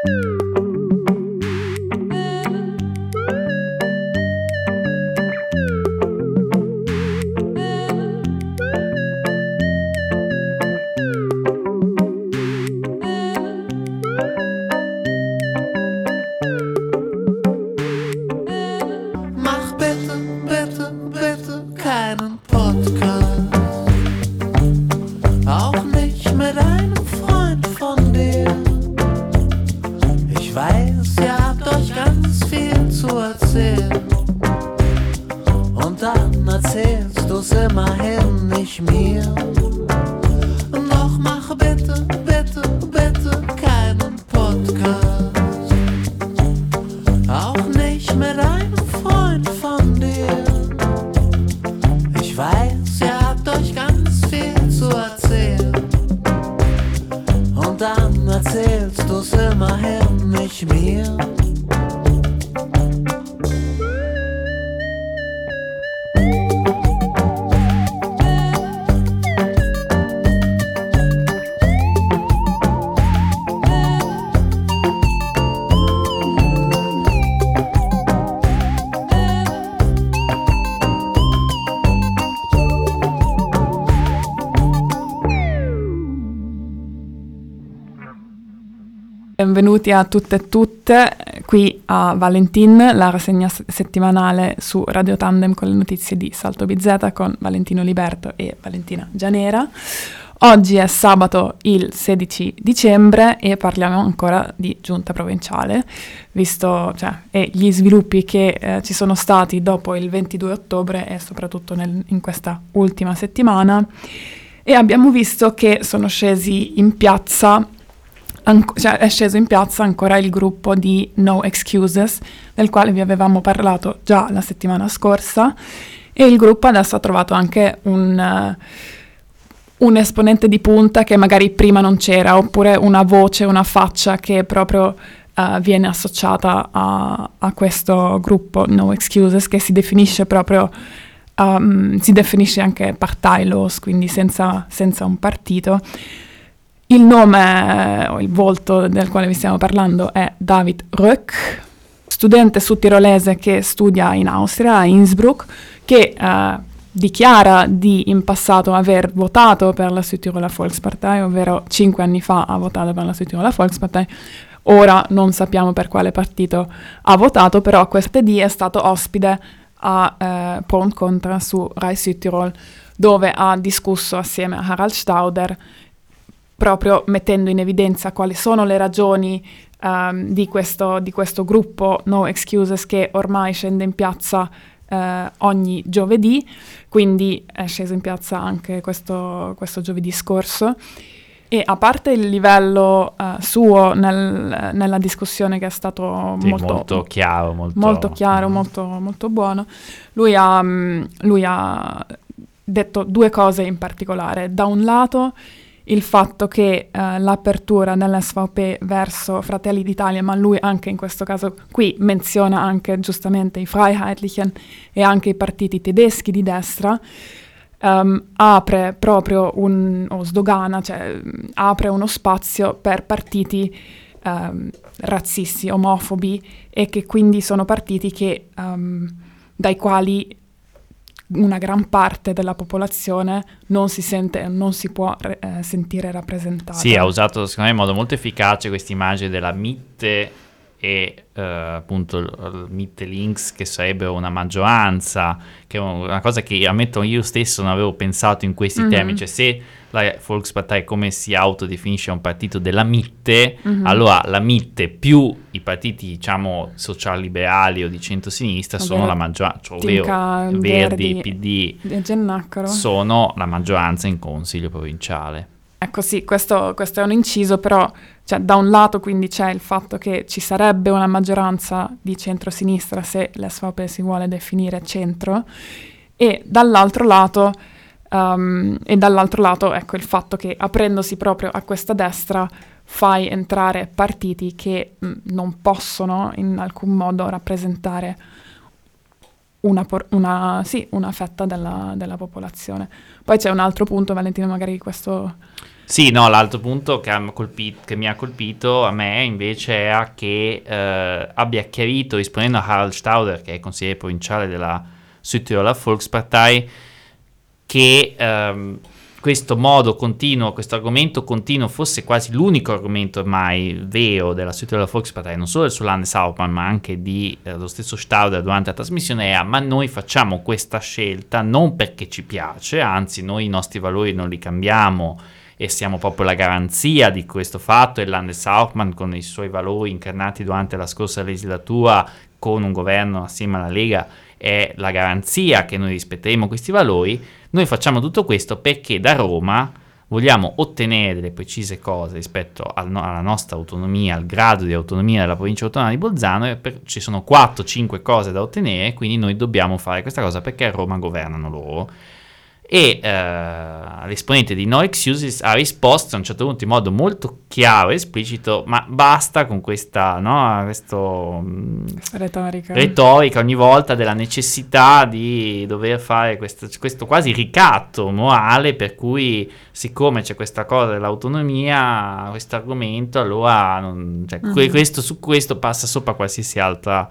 Benvenuti a tutte e tutte qui a Valentin, la rassegna settimanale su Radio Tandem con le notizie di Salto BZ con Valentino Liberto e Valentina Gianera. Oggi è sabato il 16 dicembre e parliamo ancora di giunta provinciale, visto e gli sviluppi che ci sono stati dopo il 22 ottobre e soprattutto in questa ultima settimana. E abbiamo visto che sono scesi in piazza è sceso in piazza ancora il gruppo di No Excuses, del quale vi avevamo parlato già la settimana scorsa, e il gruppo adesso ha trovato anche un esponente di punta che magari prima non c'era, oppure una voce, una faccia che proprio viene associata a questo gruppo No Excuses, che si definisce proprio, si definisce anche parteilos, quindi senza un partito. Il nome o il volto del quale vi stiamo parlando è David Röck, studente sudtirolese che studia in Austria, a Innsbruck, che dichiara di in passato aver votato per la Südtiroler Volkspartei, ovvero 5 anni fa ha votato per la Südtiroler Volkspartei. Ora non sappiamo per quale partito ha votato, però quest'edì è stato ospite a Pro und Contra su Rai Südtirol, dove ha discusso assieme a Harald Stauder, proprio mettendo in evidenza quali sono le ragioni di questo gruppo No Excuses, che ormai scende in piazza ogni giovedì, quindi è sceso in piazza anche questo giovedì scorso. E a parte il livello suo nella discussione, che è stato molto chiaro, molto buono, lui ha detto due cose in particolare. Da un lato, il fatto che l'apertura dell'SVP verso Fratelli d'Italia, ma lui anche in questo caso qui menziona anche giustamente i Freiheitlichen e anche i partiti tedeschi di destra, apre proprio apre uno spazio per partiti razzisti, omofobi, e che quindi sono partiti che dai quali una gran parte della popolazione non si può sentire rappresentata. Sì, ha usato secondo me in modo molto efficace questa immagine della Mitte e appunto il Mitte Links, che sarebbero una maggioranza, che è una cosa che ammetto io stesso non avevo pensato in questi termini, cioè se la Volkspartei, come si autodefinisce, è un partito della Mitte, allora la Mitte più i partiti diciamo socialliberali o di centrosinistra sono la maggioranza, ovvero Verdi, PD sono la maggioranza in consiglio provinciale. Ecco, sì, questo è un inciso, però da un lato quindi c'è il fatto che ci sarebbe una maggioranza di centrosinistra se l'SVP si vuole definire centro, e dall'altro lato ecco il fatto che aprendosi proprio a questa destra fai entrare partiti che non possono in alcun modo rappresentare una fetta della popolazione. Poi c'è un altro punto, Valentino, magari questo Sì, no, l'altro punto che mi ha colpito a me invece era che abbia chiarito, rispondendo a Harald Stauder, che è consigliere provinciale della Südtiroler Volkspartei, che questo modo continuo, questo argomento continuo fosse quasi l'unico argomento ormai vero della Südtiroler Volkspartei, non solo del suo Landeshauptmann ma anche di lo stesso Stauder durante la trasmissione, era: ma noi facciamo questa scelta non perché ci piace, anzi noi i nostri valori non li cambiamo e siamo proprio la garanzia di questo fatto, e il Landeshauptmann con i suoi valori incarnati durante la scorsa legislatura con un governo assieme alla Lega è la garanzia che noi rispetteremo questi valori. Noi facciamo tutto questo perché da Roma vogliamo ottenere delle precise cose rispetto alla nostra autonomia, al grado di autonomia della provincia autonoma di Bolzano, e ci sono 4-5 cose da ottenere, quindi noi dobbiamo fare questa cosa perché a Roma governano loro. E l'esponente di No Excuses ha risposto a un certo punto in modo molto chiaro e esplicito: ma basta con questa, no, questa retorica ogni volta della necessità di dover fare questo quasi ricatto morale, per cui siccome c'è questa cosa dell'autonomia, questo argomento, allora su questo passa sopra a qualsiasi altra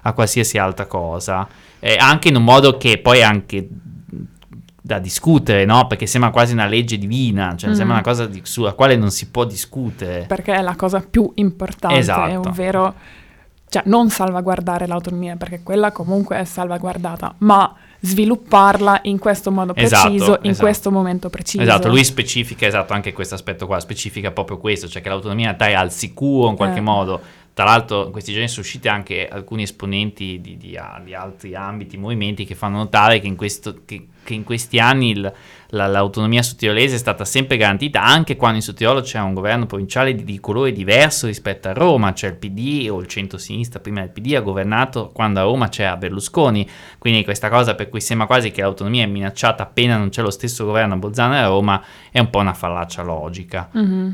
cosa, anche in un modo che poi è anche da discutere, no? Perché sembra quasi una legge divina, cioè sembra una cosa sulla quale non si può discutere. Perché è la cosa più importante, esatto. Ovvero, cioè non salvaguardare l'autonomia, perché quella comunque è salvaguardata, ma svilupparla in questo modo preciso, in questo momento preciso. Esatto, lui specifica, anche questo aspetto qua, specifica proprio questo, cioè che l'autonomia dà al sicuro in qualche modo. Tra l'altro in questi giorni sono usciti anche alcuni esponenti di altri ambiti, movimenti, che fanno notare che in questi anni l'autonomia sudtirolese è stata sempre garantita, anche quando in Sudtirolo c'era un governo provinciale di colore diverso rispetto a Roma, cioè il PD o il centro-sinistra, prima del PD, ha governato quando a Roma c'era Berlusconi, quindi questa cosa per cui sembra quasi che l'autonomia è minacciata appena non c'è lo stesso governo a Bolzano e a Roma è un po' una fallacia logica. Mm-hmm.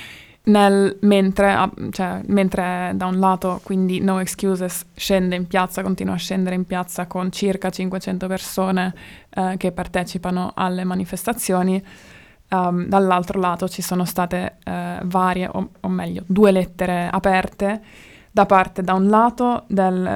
Mentre da un lato quindi No Excuses continua a scendere in piazza con circa 500 persone che partecipano alle manifestazioni, dall'altro lato ci sono state varie, o meglio, 2 lettere aperte da un lato del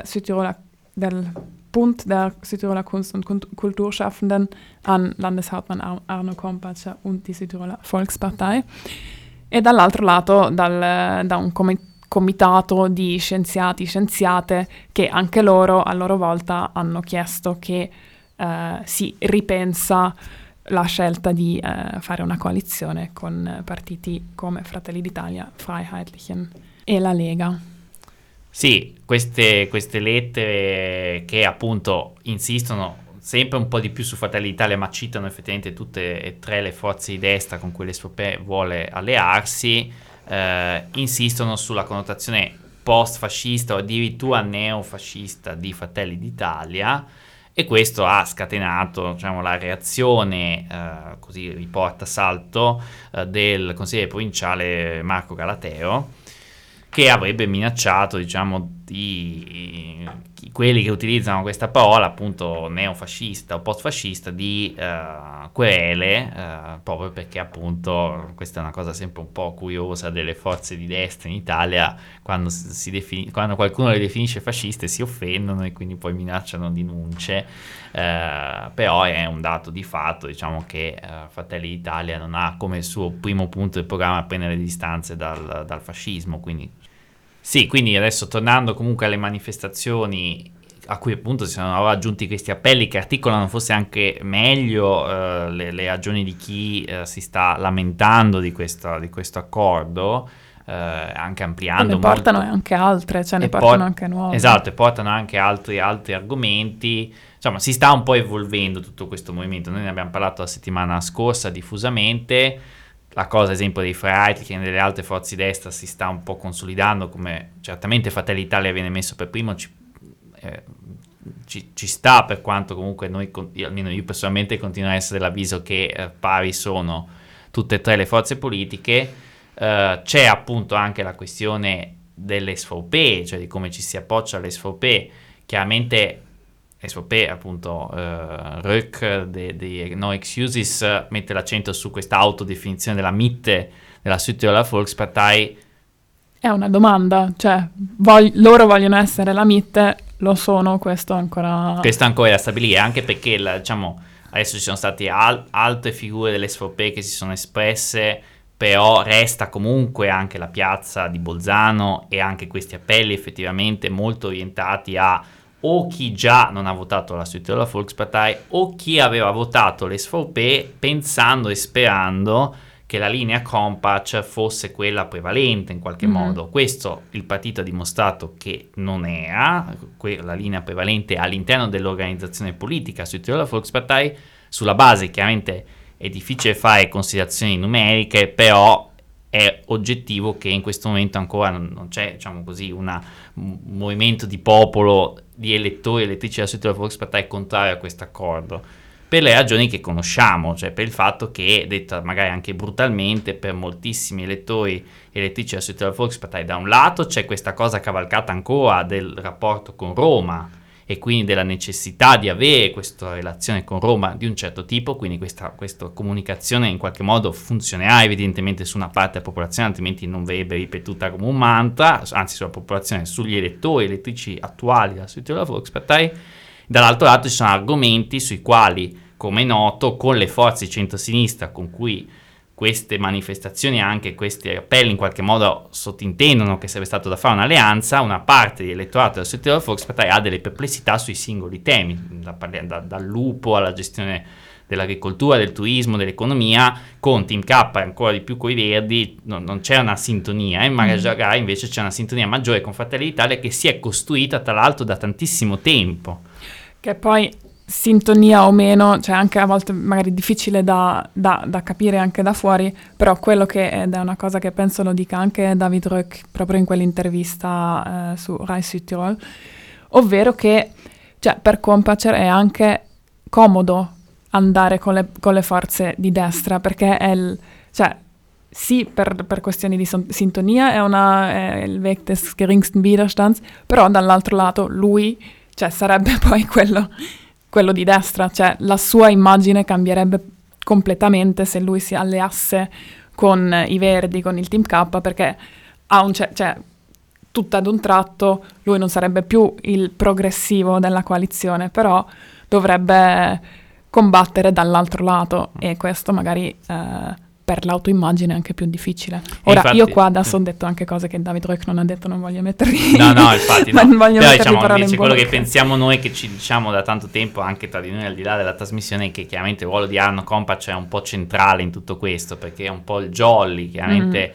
Bund der Südtiroler Kunst- und Kulturschaffenden an Landeshauptmann Arno Kompatscher und die Südtiroler Volkspartei, e dall'altro lato da un comitato di scienziate che anche loro a loro volta hanno chiesto che si ripensa la scelta di fare una coalizione con partiti come Fratelli d'Italia, Freiheitlichen e la Lega. Sì, queste lettere che appunto insistono sempre un po' di più su Fratelli d'Italia, ma citano effettivamente tutte e 3 le forze di destra con cui l'SVP vuole allearsi, insistono sulla connotazione post-fascista o addirittura neofascista di Fratelli d'Italia, e questo ha scatenato, diciamo, la reazione, così riporta Salto, del consigliere provinciale Marco Galatero, che avrebbe minacciato, diciamo, di quelli che utilizzano questa parola, appunto neofascista o postfascista, di querele, proprio perché appunto questa è una cosa sempre un po' curiosa delle forze di destra in Italia: quando qualcuno le definisce fasciste si offendono e quindi poi minacciano denunce, però è un dato di fatto, diciamo, che Fratelli d'Italia non ha come suo primo punto del programma prendere le distanze dal fascismo, quindi sì. Quindi adesso, tornando comunque alle manifestazioni a cui appunto si sono aggiunti questi appelli che articolano forse anche meglio le ragioni di chi si sta lamentando di questo accordo, anche ampliando. Ne portano anche altre, cioè ne portano anche nuove. Esatto, e portano anche altri argomenti. Insomma, si sta un po' evolvendo tutto questo movimento. Noi ne abbiamo parlato la settimana scorsa diffusamente. La cosa, ad esempio, dei Freiheitlichen e delle altre forze di destra si sta un po' consolidando, come certamente Fratelli d'Italia viene messo per primo, ci sta, per quanto comunque almeno io personalmente continuo a essere dell'avviso che pari sono tutte e 3 le forze politiche. C'è appunto anche la questione dell'SVP, cioè di come ci si approccia all'SVP. Chiaramente SVP, appunto, Röck di No Excuses mette l'accento su questa autodefinizione della Mitte della Südtiroler Volkspartei. È una domanda, cioè loro vogliono essere la Mitte, lo sono, questo ancora Da stabilire, anche perché diciamo, adesso ci sono state altre figure dell'SVP che si sono espresse, però resta comunque anche la piazza di Bolzano e anche questi appelli effettivamente molto orientati a o chi già non ha votato la Südtiroler Volkspartei o chi aveva votato l'SVP pensando e sperando che la linea Kompatscher fosse quella prevalente in qualche modo. Questo il partito ha dimostrato che non era la linea prevalente all'interno dell'organizzazione politica Südtiroler Volkspartei, sulla base chiaramente è difficile fare considerazioni numeriche, però è oggettivo che in questo momento ancora non c'è, diciamo così, un movimento di popolo, di elettori e elettrici della Südtiroler Volkspartei contrario a questo accordo, per le ragioni che conosciamo, cioè per il fatto che, detta magari anche brutalmente, per moltissimi elettori e elettrici della Südtiroler Volkspartei, da un lato c'è questa cosa cavalcata ancora del rapporto con Roma, e quindi della necessità di avere questa relazione con Roma di un certo tipo, quindi questa comunicazione in qualche modo funzionerà evidentemente su una parte della popolazione, altrimenti non verrebbe ripetuta come un mantra, anzi sulla popolazione, sugli elettori elettrici attuali della Südtiroler Volkspartei. Dall'altro lato ci sono argomenti sui quali, come è noto, con le forze di centrosinistra con cui queste manifestazioni, anche questi appelli in qualche modo sottintendono che sarebbe stato da fare un'alleanza, una parte dell'elettorato della Südtiroler Volkspartei ha delle perplessità sui singoli temi, dal lupo alla gestione dell'agricoltura, del turismo, dell'economia. Con Team K e ancora di più coi Verdi non c'è una sintonia, e magari invece c'è una sintonia maggiore con Fratelli d'Italia, che si è costruita tra l'altro da tantissimo tempo. Che poi sintonia o meno, cioè anche a volte magari difficile da capire anche da fuori, però quello che ed è una cosa che penso lo dica anche David Röck proprio in quell'intervista su Rai Südtirol, ovvero che cioè, per Kompatscher è anche comodo andare con le forze di destra, perché è cioè sì, per questioni di sintonia è il Weg des geringsten Widerstands, però dall'altro lato lui cioè sarebbe poi quello di destra, cioè la sua immagine cambierebbe completamente se lui si alleasse con i Verdi, con il Team K, perché cioè tutto ad un tratto lui non sarebbe più il progressivo della coalizione, però dovrebbe combattere dall'altro lato, e questo magari per l'autoimmagine è anche più difficile. Ora, infatti, io qua adesso ho detto anche cose che David Röck non ha detto, non voglio metterli no, infatti no. Non voglio però diciamo invece in quello bocca. che pensiamo noi, che ci diciamo da tanto tempo anche tra di noi al di là della trasmissione, è che chiaramente il ruolo di Arno Kompatscher è un po' centrale in tutto questo, perché è un po' il jolly, chiaramente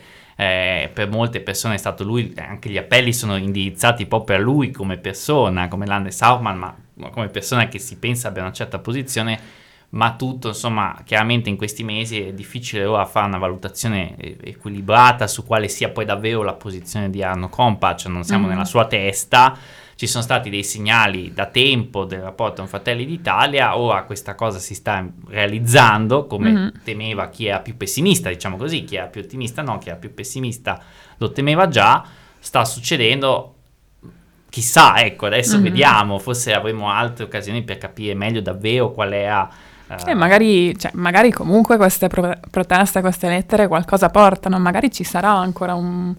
per molte persone è stato lui, anche gli appelli sono indirizzati proprio a lui come persona, come Landeshauptmann, ma come persona che si pensa abbia una certa posizione. Ma tutto, insomma, chiaramente in questi mesi è difficile ora fare una valutazione equilibrata su quale sia poi davvero la posizione di Arno Kompatscher, non siamo nella sua testa. Ci sono stati dei segnali da tempo del rapporto con Fratelli d'Italia, ora questa cosa si sta realizzando, come temeva chi era più pessimista, diciamo così, chi era più ottimista no, chi era più pessimista lo temeva già, sta succedendo. Chissà, ecco, adesso vediamo, forse avremo altre occasioni per capire meglio davvero qual era. Magari comunque queste proteste, queste lettere qualcosa portano, magari ci sarà ancora un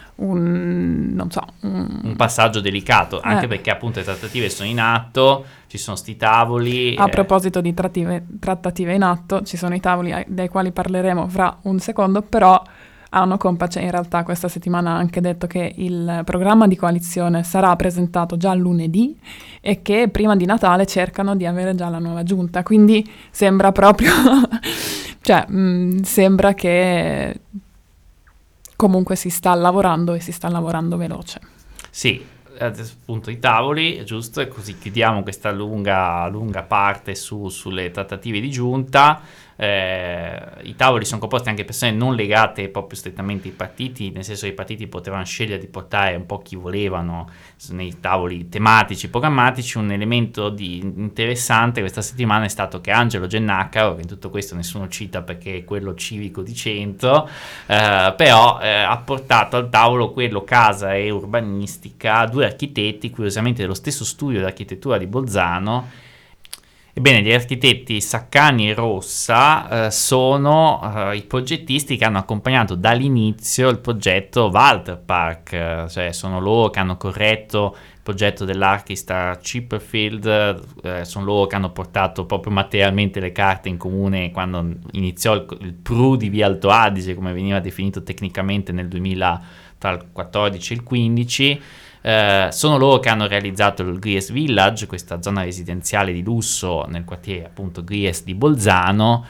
passaggio delicato, anche perché appunto le trattative sono in atto, ci sono sti tavoli. A proposito di trattative in atto, ci sono i tavoli dai quali parleremo fra un secondo, però Arno Kompatscher in realtà questa settimana ha anche detto che il programma di coalizione sarà presentato già lunedì e che prima di Natale cercano di avere già la nuova giunta, quindi sembra proprio cioè sembra che comunque si sta lavorando e si sta lavorando veloce. Sì, appunto i tavoli, giusto, e così chiudiamo questa lunga parte sulle trattative di giunta. I tavoli sono composti anche da persone non legate proprio strettamente ai partiti, nel senso che i partiti potevano scegliere di portare un po' chi volevano nei tavoli tematici, programmatici. Un elemento interessante questa settimana è stato che Angelo Gennaccaro, che in tutto questo nessuno cita perché è quello civico di centro, però ha portato al tavolo quello casa e urbanistica, due architetti, curiosamente dello stesso studio di architettura di Bolzano. Ebbene, gli architetti Saccani e Rossa sono i progettisti che hanno accompagnato dall'inizio il progetto Walter Park, cioè sono loro che hanno corretto il progetto dell'Archistar Chipperfield, sono loro che hanno portato proprio materialmente le carte in comune quando iniziò il PRU di Via Alto Adige, come veniva definito tecnicamente nel 2000, tra il 14 e il 15. Sono loro che hanno realizzato il Gries Village, questa zona residenziale di lusso nel quartiere appunto Gries di Bolzano.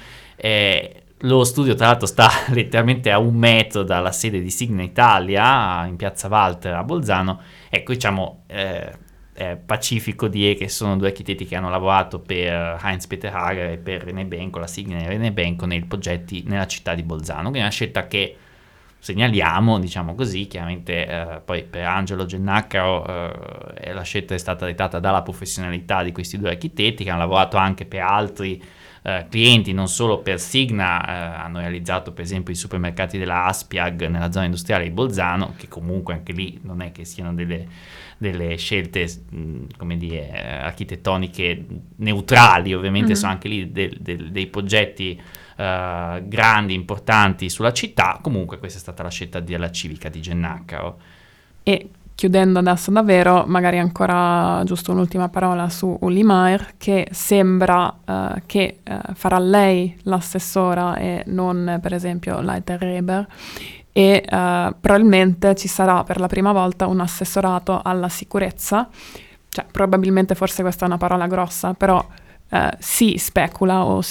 Lo studio tra l'altro sta letteralmente a 1 metro dalla sede di Signa Italia in piazza Walter a Bolzano. Ecco, diciamo è pacifico dire che sono due architetti che hanno lavorato per Heinz-Peter Hager e per René Benco, la Signa e René Benco, nei progetti nella città di Bolzano, quindi è una scelta che segnaliamo, diciamo così. Chiaramente poi per Angelo Gennaccaro la scelta è stata dettata dalla professionalità di questi due architetti, che hanno lavorato anche per altri clienti, non solo per Signa. Hanno realizzato per esempio i supermercati della Aspiag nella zona industriale di Bolzano, che comunque anche lì non è che siano delle scelte come dire architettoniche neutrali, ovviamente sono anche lì dei progetti grandi, importanti sulla città. Comunque questa è stata la scelta della civica di Gennaccaro. E chiudendo adesso davvero, magari ancora giusto un'ultima parola su Uli Maier, che sembra che farà lei l'assessora e non per esempio Leiter Reber, e probabilmente ci sarà per la prima volta un assessorato alla sicurezza, cioè probabilmente, forse questa è una parola grossa, però si specula o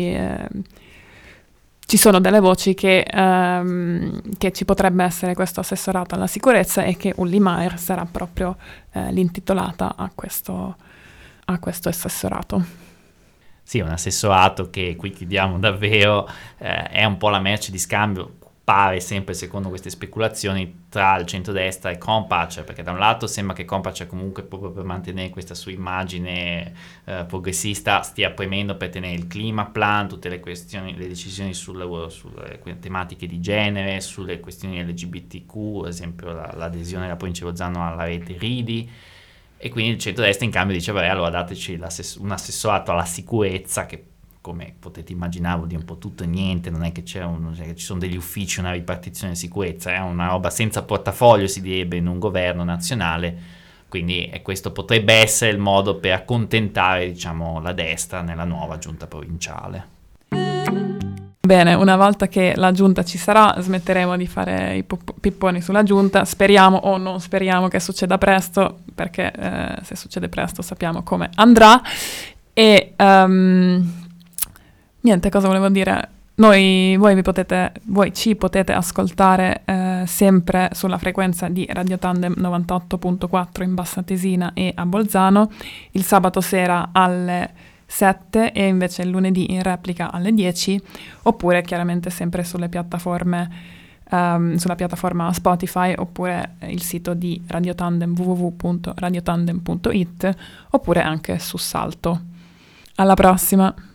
ci sono delle voci che ci potrebbe essere questo assessorato alla sicurezza e che Uli Maier sarà proprio l'intitolata a questo assessorato. Sì, un assessorato che, qui chiudiamo davvero, è un po' la merce di scambio, pare sempre secondo queste speculazioni, tra il centrodestra e Kompatscher, perché da un lato sembra che Kompatscher comunque proprio per mantenere questa sua immagine progressista stia premendo per tenere il Klimaplan, tutte le questioni, le decisioni sulle tematiche di genere, sulle questioni LGBTQ, ad esempio l'adesione della provincia di Bolzano alla rete RIDI. E quindi il centrodestra in cambio dice: vabbè, allora dateci un assessorato alla sicurezza, che come potete immaginare vuol dire un po' tutto e niente, non è che ci sono degli uffici, una ripartizione di sicurezza, è una roba senza portafoglio, si direbbe, in un governo nazionale. Quindi questo potrebbe essere il modo per accontentare, diciamo, la destra nella nuova giunta provinciale. Bene, una volta che la giunta ci sarà, smetteremo di fare i pipponi sulla giunta. Speriamo o non speriamo che succeda presto, perché se succede presto sappiamo come andrà. E niente, cosa volevo dire? Voi ci potete ascoltare sempre sulla frequenza di Radio Tandem 98.4 in Bassa Tesina e a Bolzano, il sabato sera alle 7 e invece il lunedì in replica alle 10, oppure chiaramente sempre sulle piattaforme, sulla piattaforma Spotify, oppure il sito di Radio Tandem, www.radiotandem.it, oppure anche su Salto. Alla prossima!